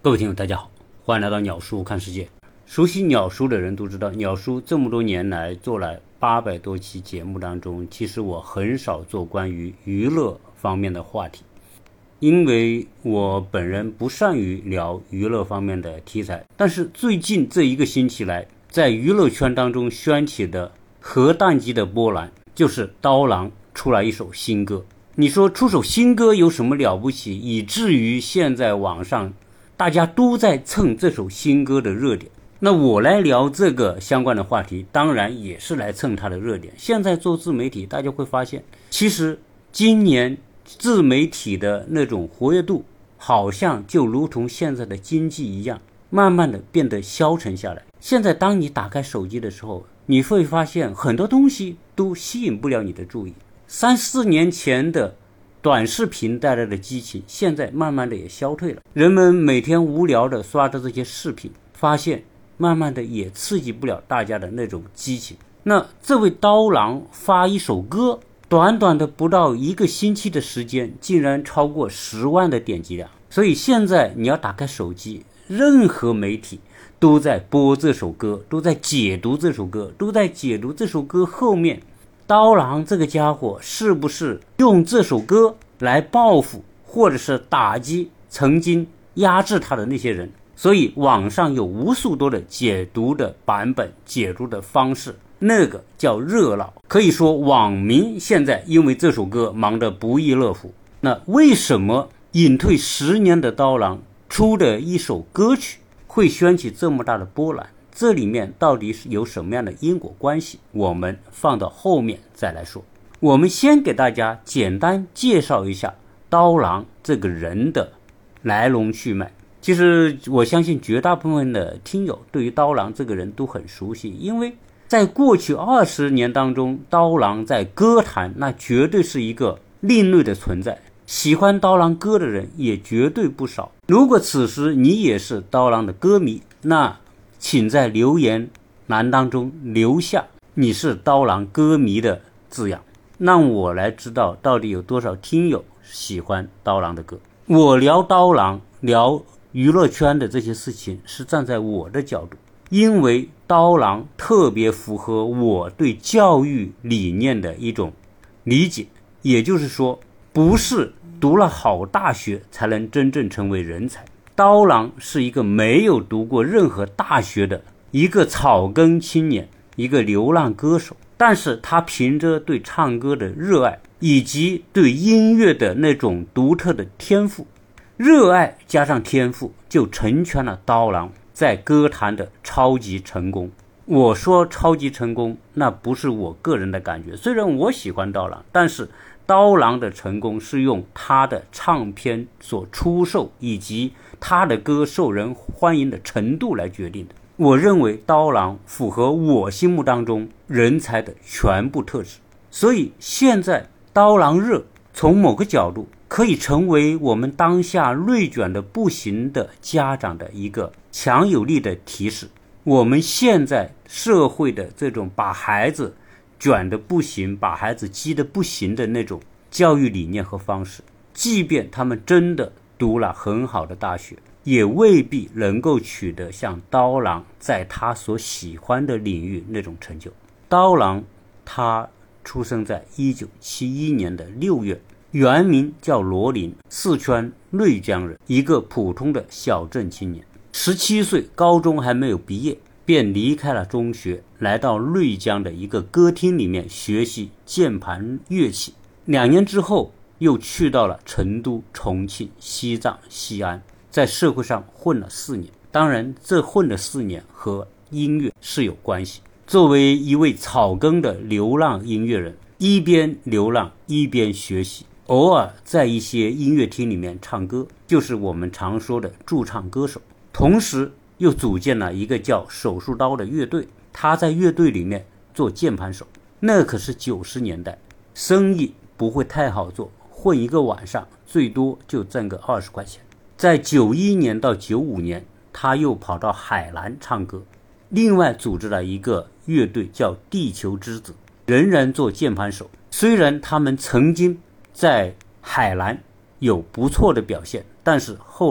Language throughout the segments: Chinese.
各位听友大家好，欢迎来到鸟叔看世界。熟悉鸟叔的人都知道，鸟叔这么多年来做了800多期节目当中，其实我很少做关于娱乐方面的话题，因为我本人不善于聊娱乐方面的题材。但是最近这一个星期来，在娱乐圈当中掀起的核弹级的波澜，就是刀郎出来一首新歌。你说出首新歌有什么了不起，以至于现在网上大家都在蹭这首新歌的热点？那我来聊这个相关的话题，当然也是来蹭它的热点。现在做自媒体，大家会发现，其实今年自媒体的那种活跃度，好像就如同现在的经济一样，慢慢的变得消沉下来。现在当你打开手机的时候，你会发现很多东西都吸引不了你的注意。3-4年前的短视频带来的激情，现在慢慢的也消退了。人们每天无聊的刷着这些视频，发现慢慢的也刺激不了大家的那种激情。那这位刀郎发一首歌，短短的不到1个星期的时间，竟然超过10万的点击量。所以现在你要打开手机，任何媒体都在播这首歌，都在解读这首歌，都在解读这首歌后面刀郎这个家伙是不是用这首歌来报复或者是打击曾经压制他的那些人。所以网上有无数多的解读的版本，解读的方式，那个叫热闹。可以说网民现在因为这首歌忙得不亦乐乎。那为什么隐退10年的刀郎出的一首歌曲会掀起这么大的波澜？这里面到底是有什么样的因果关系？我们放到后面再来说。我们先给大家简单介绍一下刀郎这个人的来龙去脉。其实我相信绝大部分的听友对于刀郎这个人都很熟悉，因为在过去20年当中，刀郎在歌坛那绝对是一个另类的存在，喜欢刀郎歌的人也绝对不少。如果此时你也是刀郎的歌迷，那请在留言栏当中留下你是刀郎歌迷的字样，让我来知道到底有多少听友喜欢刀郎的歌。我聊刀郎，聊娱乐圈的这些事情是站在我的角度，因为刀郎特别符合我对教育理念的一种理解。也就是说，不是读了好大学才能真正成为人才。刀郎是一个没有读过任何大学的一个草根青年，一个流浪歌手，但是他凭着对唱歌的热爱，以及对音乐的那种独特的天赋，热爱加上天赋，就成全了刀郎在歌坛的超级成功。我说超级成功，那不是我个人的感觉，虽然我喜欢刀郎，但是刀郎的成功是用他的唱片所出售以及他的歌受人欢迎的程度来决定的。我认为刀郎符合我心目当中人才的全部特质，所以现在刀郎热从某个角度可以成为我们当下内卷的不行的家长的一个强有力的提示。我们现在社会的这种把孩子卷得不行，把孩子激得不行的那种教育理念和方式，即便他们真的读了很好的大学，也未必能够取得像刀郎在他所喜欢的领域那种成就。刀郎他出生在1971年的6月，原名叫罗林，四川内江人，一个普通的小镇青年。17岁高中还没有毕业，便离开了中学，来到内江的一个歌厅里面学习键盘乐器。2年之后又去到了成都、重庆、西藏、西安，在社会上混了4年。当然这混的4年和音乐是有关系。作为一位草根的流浪音乐人，一边流浪一边学习，偶尔在一些音乐厅里面唱歌，就是我们常说的驻唱歌手。同时又组建了一个叫手术刀的乐队，他在乐队里面做键盘手。那可是90年代，生意不会太好做，混一个晚上最多就挣个20块钱。在91年到95年，他又跑到海南唱歌，另外组织了一个乐队叫地球之子，仍然做键盘手。虽然他们曾经在海南有不错的表现，但是后来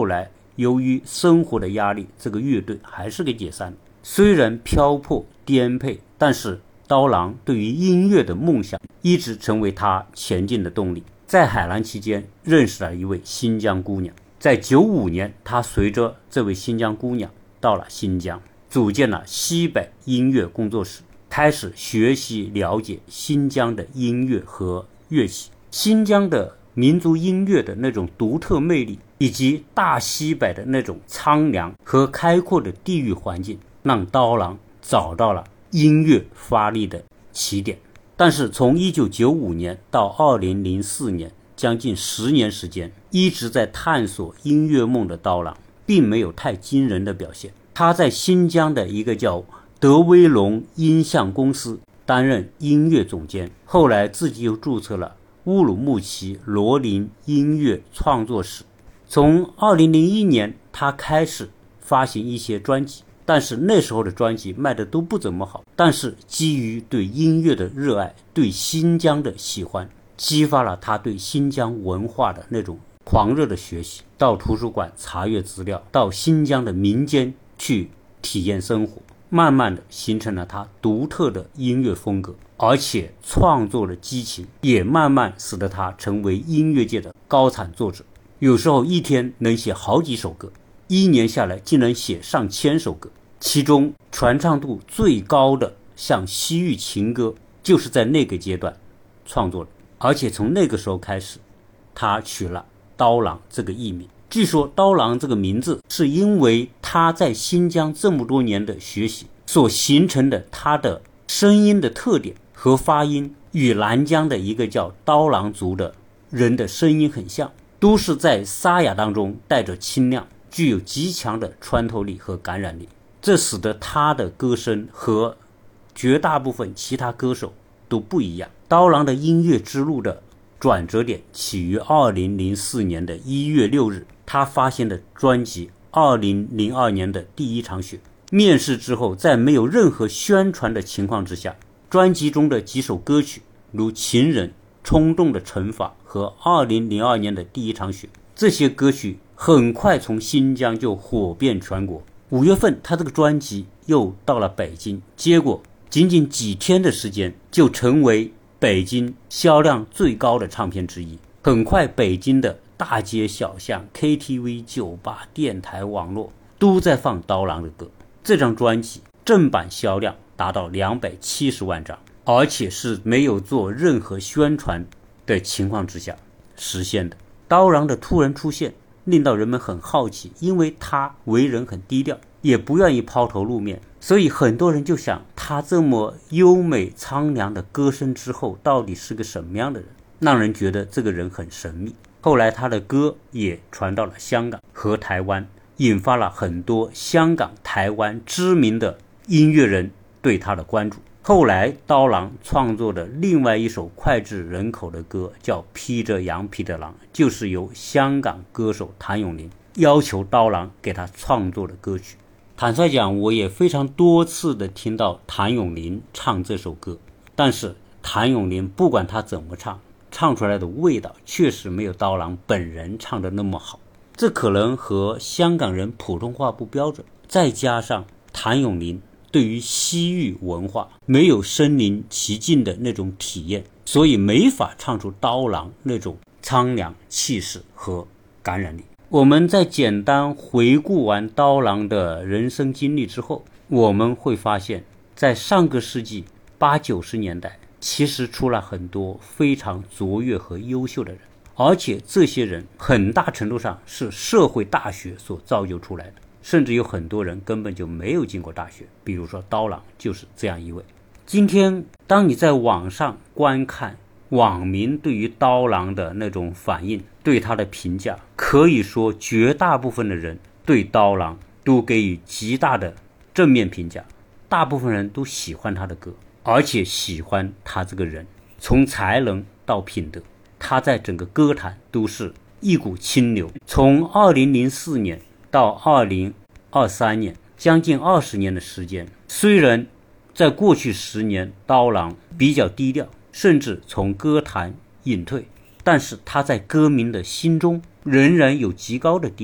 由于生活的压力，这个乐队还是给解散了。虽然漂泊颠沛，但是刀郎对于音乐的梦想一直成为他前进的动力。在海南期间认识了一位新疆姑娘，在95年他随着这位新疆姑娘到了新疆，组建了西北音乐工作室，开始学习了解新疆的音乐和乐器。新疆的民族音乐的那种独特魅力，以及大西北的那种苍凉和开阔的地域环境，让刀郎找到了音乐发力的起点。但是从1995年到2004年，将近10年时间，一直在探索音乐梦的刀郎并没有太惊人的表现。他在新疆的一个叫德威龙音像公司担任音乐总监，后来自己又注册了乌鲁木齐罗林音乐创作室。从2001年他开始发行一些专辑，但是那时候的专辑卖的都不怎么好。但是基于对音乐的热爱，对新疆的喜欢，激发了他对新疆文化的那种狂热的学习，到图书馆查阅资料，到新疆的民间去体验生活，慢慢的形成了他独特的音乐风格，而且创作的激情也慢慢使得他成为音乐界的高产作者。有时候一天能写好几首歌，1年下来竟能写上千首歌，其中传唱度最高的像西域情歌就是在那个阶段创作的。而且从那个时候开始，他取了刀郎这个艺名。据说刀郎这个名字是因为他在新疆这么多年的学习所形成的，他的声音的特点和发音与南疆的一个叫刀郎族的人的声音很像，都是在沙哑当中带着清亮，具有极强的穿透力和感染力。这使得他的歌声和绝大部分其他歌手都不一样。刀郎的音乐之路的转折点起于2004年的1月6日，他发行的专辑2002年的第一场雪。面世之后，在没有任何宣传的情况之下，专辑中的几首歌曲如情人、冲动的惩罚和2002年的第一场雪，这些歌曲很快从新疆就火遍全国。5月份他这个专辑又到了北京，结果仅仅几天的时间就成为北京销量最高的唱片之一。很快北京的大街小巷、 KTV、 酒吧、电台、网络都在放刀郎的歌。这张专辑正版销量达到270万张，而且是没有做任何宣传的情况之下实现的。刀郎的突然出现令到人们很好奇，因为他为人很低调，也不愿意抛头露面，所以很多人就想，他这么优美苍凉的歌声之后到底是个什么样的人，让人觉得这个人很神秘。后来他的歌也传到了香港和台湾，引发了很多香港、台湾知名的音乐人对他的关注。后来刀郎创作的另外一首脍炙人口的歌叫《披着羊皮的狼》，就是由香港歌手谭咏麟要求刀郎给他创作的歌曲。坦率讲，我也非常多次的听到谭咏麟唱这首歌，但是谭咏麟不管他怎么唱，唱出来的味道确实没有刀郎本人唱的那么好。这可能和香港人普通话不标准，再加上谭咏麟对于西域文化没有身临其境的那种体验，所以没法唱出刀郎那种苍凉气势和感染力。我们在简单回顾完刀郎的人生经历之后，我们会发现在上个世纪80、90年代其实出了很多非常卓越和优秀的人，而且这些人很大程度上是社会大学所造就出来的，甚至有很多人根本就没有进过大学，比如说刀郎就是这样一位。今天当你在网上观看网民对于刀郎的那种反应，对他的评价，可以说绝大部分的人对刀郎都给予极大的正面评价，大部分人都喜欢他的歌，而且喜欢他这个人，从才能到品德，他在整个歌坛都是一股清流。从2004年到2023年，将近20年的时间，虽然在过去10年刀郎比较低调，甚至从歌坛隐退，但是他在歌迷的心中仍然有极高的地位。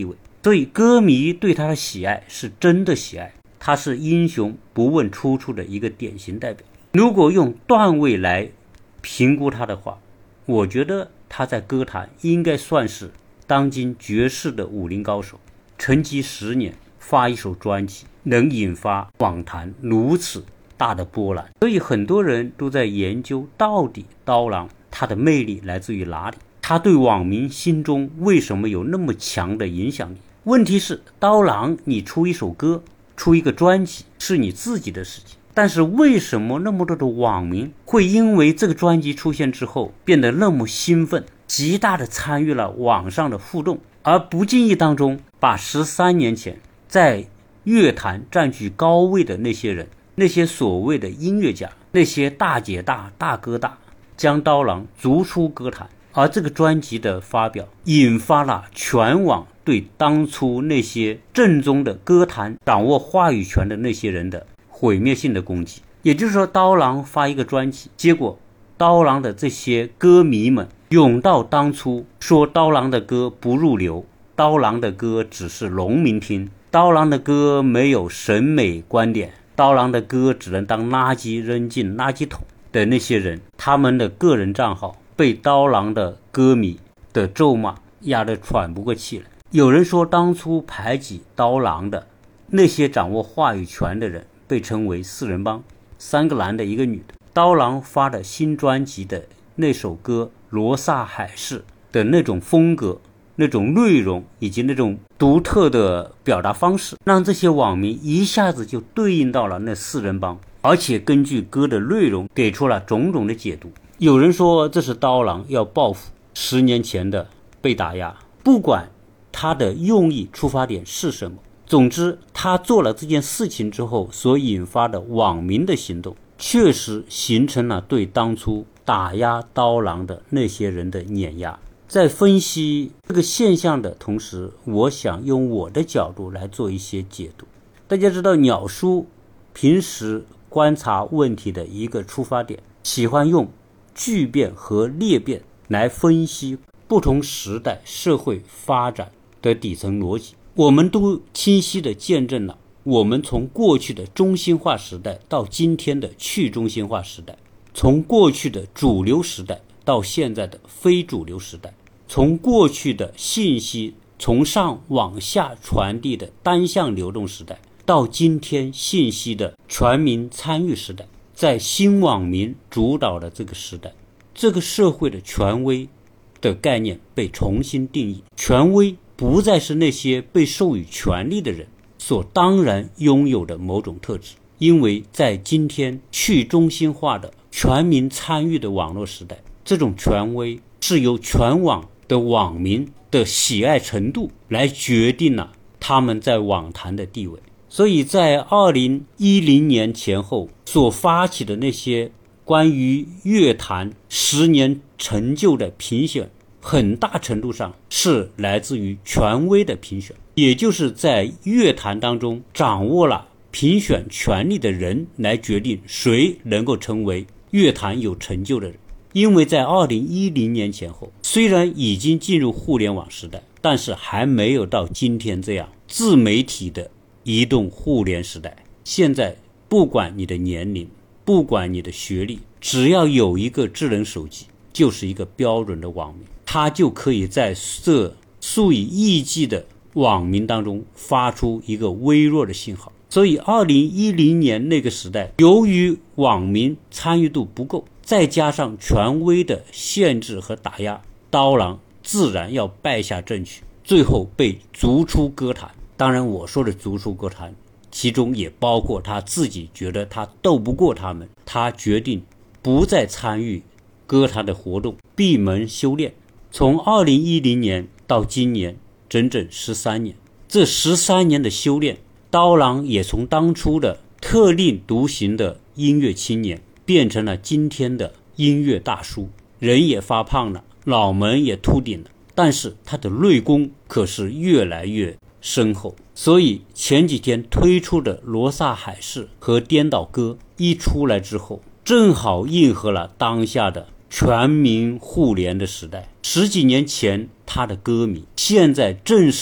所以歌迷对他的喜爱是真的喜爱，他是英雄不问出处的一个典型代表。如果用段位来评估他的话，我觉得他在歌坛应该算是当今绝世的武林高手，沉寂10年发一首专辑，能引发网坛如此大的波澜。所以很多人都在研究，到底刀郎他的魅力来自于哪里，他对网民心中为什么有那么强的影响力。问题是，刀郎你出一首歌，出一个专辑是你自己的事情，但是为什么那么多的网民会因为这个专辑出现之后变得那么兴奋，极大的参与了网上的互动，而不经意当中把13年前在乐坛占据高位的那些人，那些所谓的音乐家，那些大姐大大哥大，将刀郎逐出歌坛。而这个专辑的发表引发了全网对当初那些正宗的歌坛掌握话语权的那些人的毁灭性的攻击。也就是说，刀郎发一个专辑，结果刀郎的这些歌迷们涌到当初，说刀郎的歌不入流，刀郎的歌只是农民听，刀郎的歌没有审美观点，刀郎的歌只能当垃圾扔进垃圾桶的那些人，他们的个人账号被刀郎的歌迷的咒骂压得喘不过气来。有人说，当初排挤刀郎的那些掌握话语权的人被称为4人帮，3个男的1个女的。刀郎发的新专辑的那首歌《罗刹海市》的那种风格、那种内容以及那种独特的表达方式，让这些网民一下子就对应到了那4人帮，而且根据歌的内容给出了种种的解读。有人说这是刀郎要报复10年前的被打压，不管他的用意出发点是什么，总之他做了这件事情之后所引发的网民的行动，确实形成了对当初打压刀郎的那些人的碾压。在分析这个现象的同时，我想用我的角度来做一些解读。大家知道，鸟叔平时观察问题的一个出发点，喜欢用巨变和裂变来分析不同时代社会发展的底层逻辑。我们都清晰地见证了我们从过去的中心化时代到今天的去中心化时代，从过去的主流时代到现在的非主流时代，从过去的信息从上往下传递的单向流动时代，到今天信息的全民参与时代。在新网民主导的这个时代，这个社会的权威的概念被重新定义，权威不再是那些被授予权力的人所当然拥有的某种特质，因为在今天去中心化的全民参与的网络时代，这种权威是由全网的网民的喜爱程度来决定了他们在网坛的地位。所以在2010年前后所发起的那些关于乐坛10年成就的评选，很大程度上是来自于权威的评选，也就是在乐坛当中掌握了评选权力的人来决定谁能够成为乐坛有成就的人。因为在2010年前后，虽然已经进入互联网时代，但是还没有到今天这样自媒体的移动互联时代。现在不管你的年龄，不管你的学历，只要有一个智能手机，就是一个标准的网民，他就可以在这数以亿计的网民当中发出一个微弱的信号。所以2010年那个时代，由于网民参与度不够，再加上权威的限制和打压，刀郎自然要败下阵去，最后被逐出歌坛。当然我说的逐出歌坛，其中也包括他自己觉得他斗不过他们，他决定不再参与歌坛的活动，闭门修炼。从2010年到今年整整13年，这13年的修炼，刀郎也从当初的特立独行的音乐青年变成了今天的音乐大叔，人也发胖了，脑门也秃顶了，但是他的内功可是越来越深厚。所以前几天推出的罗刹海市和颠倒歌一出来之后，正好应和了当下的全民互联的时代。10几年前他的歌迷，现在正是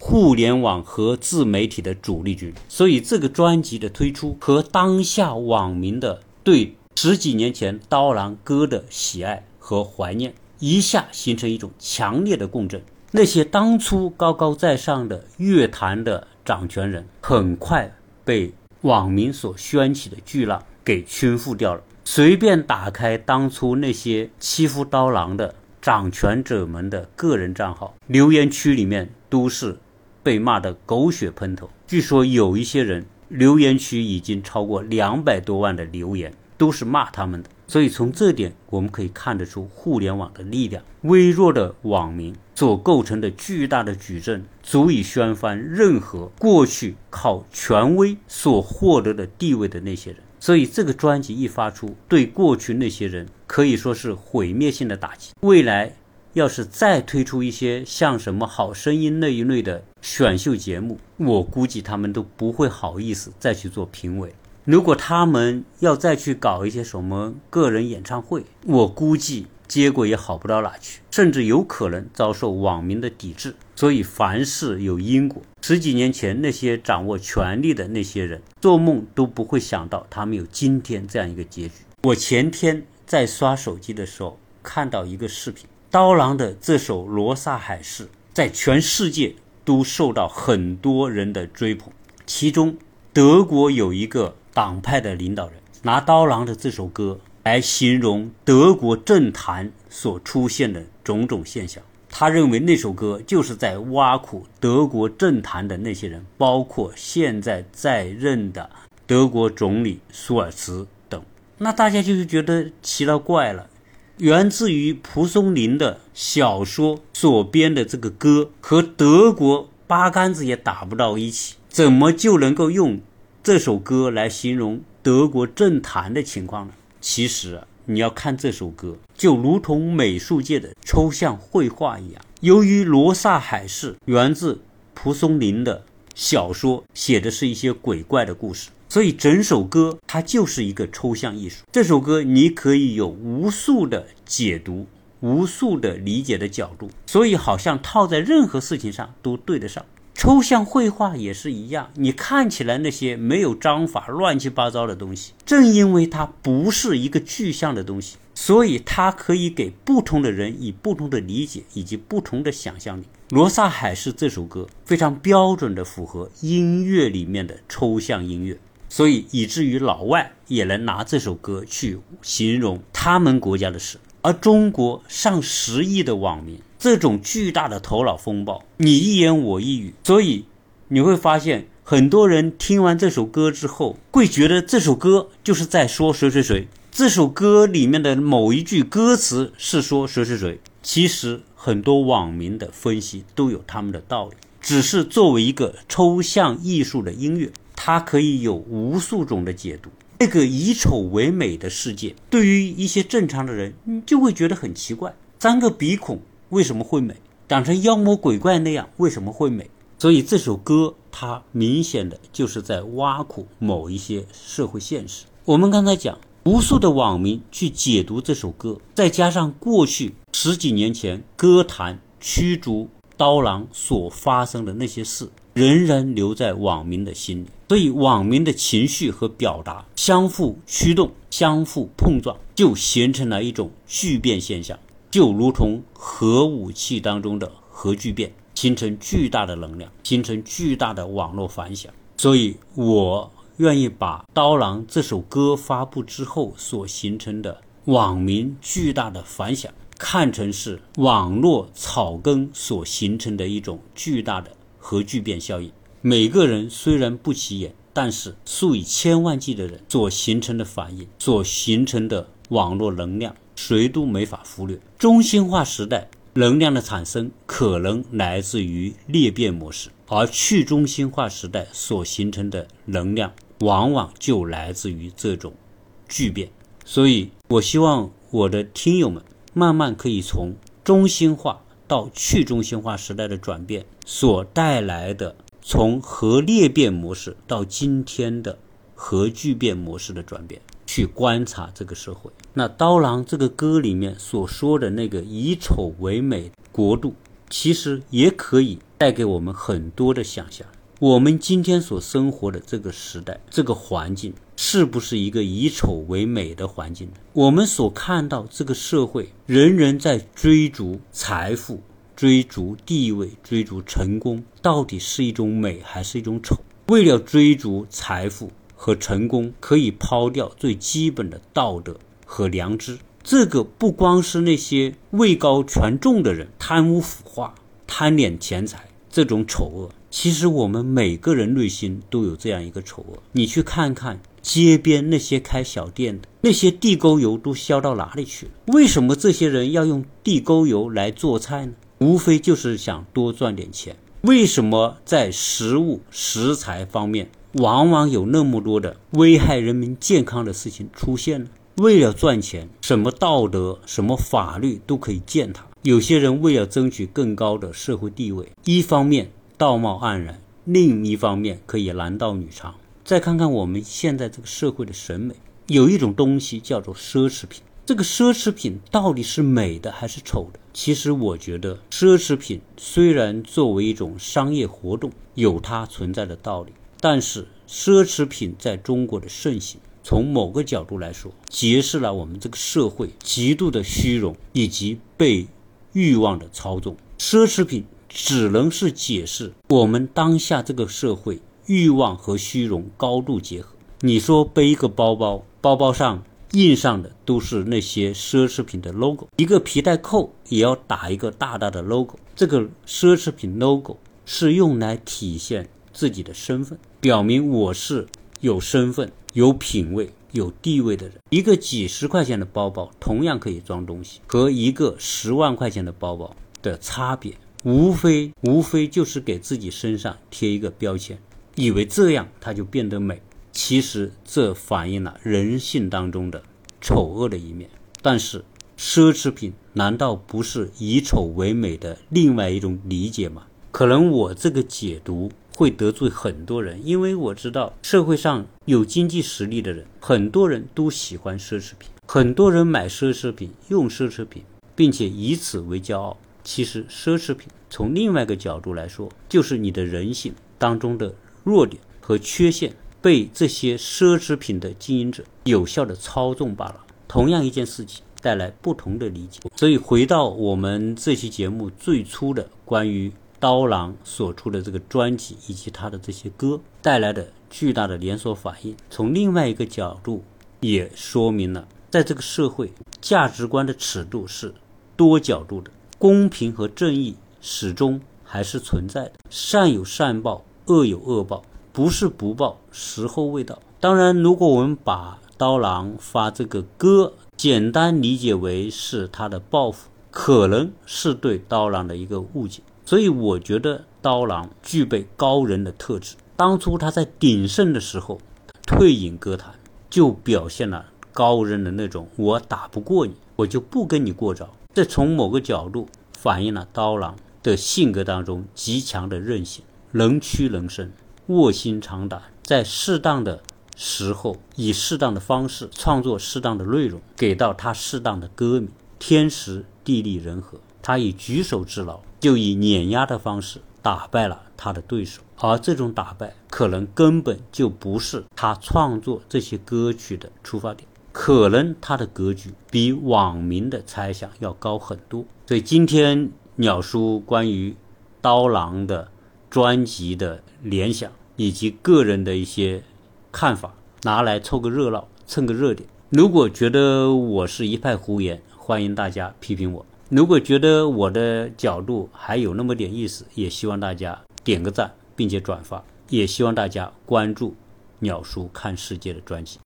互联网和自媒体的主力军。所以这个专辑的推出和当下网民的对10几年前刀郎歌的喜爱和怀念一下形成一种强烈的共振。那些当初高高在上的乐坛的掌权人很快被网民所掀起的巨浪给倾覆掉了。随便打开当初那些欺负刀郎的掌权者们的个人账号，留言区里面都是被骂得狗血喷头。据说有一些人留言区已经超过200多万的留言都是骂他们的。所以从这点我们可以看得出互联网的力量，微弱的网民所构成的巨大的矩阵足以掀翻任何过去靠权威所获得的地位的那些人。所以这个专辑一发出，对过去那些人可以说是毁灭性的打击。未来要是再推出一些像什么好声音那一类的选秀节目，我估计他们都不会好意思再去做评委。如果他们要再去搞一些什么个人演唱会，我估计结果也好不到哪去，甚至有可能遭受网民的抵制。所以凡事有因果，10几年前那些掌握权力的那些人做梦都不会想到他们有今天这样一个结局。我前天在刷手机的时候看到一个视频，刀郎的这首《罗刹海市》在全世界都受到很多人的追捧，其中德国有一个党派的领导人拿刀郎的这首歌来形容德国政坛所出现的种种现象。他认为那首歌就是在挖苦德国政坛的那些人，包括现在在任的德国总理舒尔茨等。那大家就是觉得奇了怪了，源自于蒲松龄的小说所编的这个歌和德国八竿子也打不到一起，怎么就能够用这首歌来形容德国政坛的情况呢？其实你要看这首歌就如同美术界的抽象绘画一样。由于罗刹海市源自蒲松龄的小说，写的是一些鬼怪的故事，所以整首歌它就是一个抽象艺术。这首歌你可以有无数的解读，无数的理解的角度，所以好像套在任何事情上都对得上。抽象绘画也是一样，你看起来那些没有章法乱七八糟的东西，正因为它不是一个具象的东西，所以它可以给不同的人以不同的理解以及不同的想象力。罗刹海市这首歌非常标准的符合音乐里面的抽象音乐，所以以至于老外也能拿这首歌去形容他们国家的事。而中国上10亿的网民，这种巨大的头脑风暴，你一言我一语，所以你会发现很多人听完这首歌之后会觉得这首歌就是在说谁谁谁，这首歌里面的某一句歌词是说谁谁谁。其实很多网民的分析都有他们的道理，只是作为一个抽象艺术的音乐，它可以有无数种的解读。这个以丑为美的世界，对于一些正常的人就会觉得很奇怪，张个鼻孔为什么会美？长成妖魔鬼怪那样为什么会美？所以这首歌它明显的就是在挖苦某一些社会现实。我们刚才讲无数的网民去解读这首歌，再加上过去10几年前歌坛驱逐刀郎所发生的那些事，仍然留在网民的心里，所以网民的情绪和表达相互驱动，相互碰撞，就形成了一种聚变现象，就如同核武器当中的核聚变，形成巨大的能量，形成巨大的网络反响。所以我愿意把刀郎这首歌发布之后所形成的网民巨大的反响看成是网络草根所形成的一种巨大的核聚变效应。每个人虽然不起眼，但是数以千万计的人所形成的反应，所形成的网络能量，谁都没法忽略。中心化时代能量的产生可能来自于裂变模式，而去中心化时代所形成的能量往往就来自于这种聚变。所以我希望我的听友们慢慢可以从中心化到去中心化时代的转变所带来的，从核裂变模式到今天的核聚变模式的转变，去观察这个社会。那刀郎这个歌里面所说的那个以丑为美国度， 其实也可以带给我们很多的想象。我们今天所生活的这个时代，这个环境是不是一个以丑为美的环境呢？我们所看到这个社会，人人在追逐财富、追逐地位、追逐成功，到底是一种美还是一种丑？为了追逐财富和成功，可以抛掉最基本的道德和良知。这个不光是那些位高权重的人贪污腐化、贪恋钱财这种丑恶，其实我们每个人内心都有这样一个丑恶。你去看看街边那些开小店的，那些地沟油都销到哪里去了？为什么这些人要用地沟油来做菜呢？无非就是想多赚点钱。为什么在食物食材方面往往有那么多的危害人民健康的事情出现呢？为了赚钱，什么道德什么法律都可以践踏。有些人为了争取更高的社会地位，一方面道貌岸然，另一方面可以男盗女娼。再看看我们现在这个社会的审美，有一种东西叫做奢侈品。这个奢侈品到底是美的还是丑的？其实我觉得奢侈品虽然作为一种商业活动有它存在的道理，但是奢侈品在中国的盛行，从某个角度来说，揭示了我们这个社会极度的虚荣以及被欲望的操纵。奢侈品只能是解释我们当下这个社会欲望和虚荣高度结合。你说背一个包包，包包上印上的都是那些奢侈品的 logo， 一个皮带扣也要打一个大大的 logo。 这个奢侈品 logo 是用来体现自己的身份，表明我是有身份、有品位、有地位的人。一个几十块钱的包包同样可以装东西，和一个10万块钱的包包的差别无非就是给自己身上贴一个标签，以为这样它就变得美。其实这反映了人性当中的丑恶的一面。但是奢侈品难道不是以丑为美的另外一种理解吗？可能我这个解读会得罪很多人，因为我知道社会上有经济实力的人，很多人都喜欢奢侈品，很多人买奢侈品、用奢侈品，并且以此为骄傲。其实奢侈品从另外一个角度来说，就是你的人性当中的弱点和缺陷被这些奢侈品的经营者有效的操纵罢了。同样一件事情带来不同的理解。所以回到我们这期节目最初的关于刀郎所出的这个专辑以及他的这些歌带来的巨大的连锁反应，从另外一个角度也说明了在这个社会价值观的尺度是多角度的，公平和正义始终还是存在的，善有善报，恶有恶报，不是不报，时候未到。当然如果我们把刀郎发这个歌简单理解为是他的报复，可能是对刀郎的一个误解。所以我觉得刀郎具备高人的特质，当初他在鼎盛的时候退隐歌坛，就表现了高人的那种我打不过你，我就不跟你过招。这从某个角度反映了刀郎的性格当中极强的韧性，能屈能伸，卧薪尝胆，在适当的时候以适当的方式创作适当的内容，给到他适当的歌迷。天时地利人和，他以举手之劳，就以碾压的方式打败了他的对手。而这种打败可能根本就不是他创作这些歌曲的出发点，可能他的格局比网民的猜想要高很多。所以今天鸟叔关于刀郎的专辑的联想以及个人的一些看法，拿来凑个热闹，蹭个热点。如果觉得我是一派胡言，欢迎大家批评我。如果觉得我的角度还有那么点意思，也希望大家点个赞并且转发，也希望大家关注鸟叔看世界的专辑。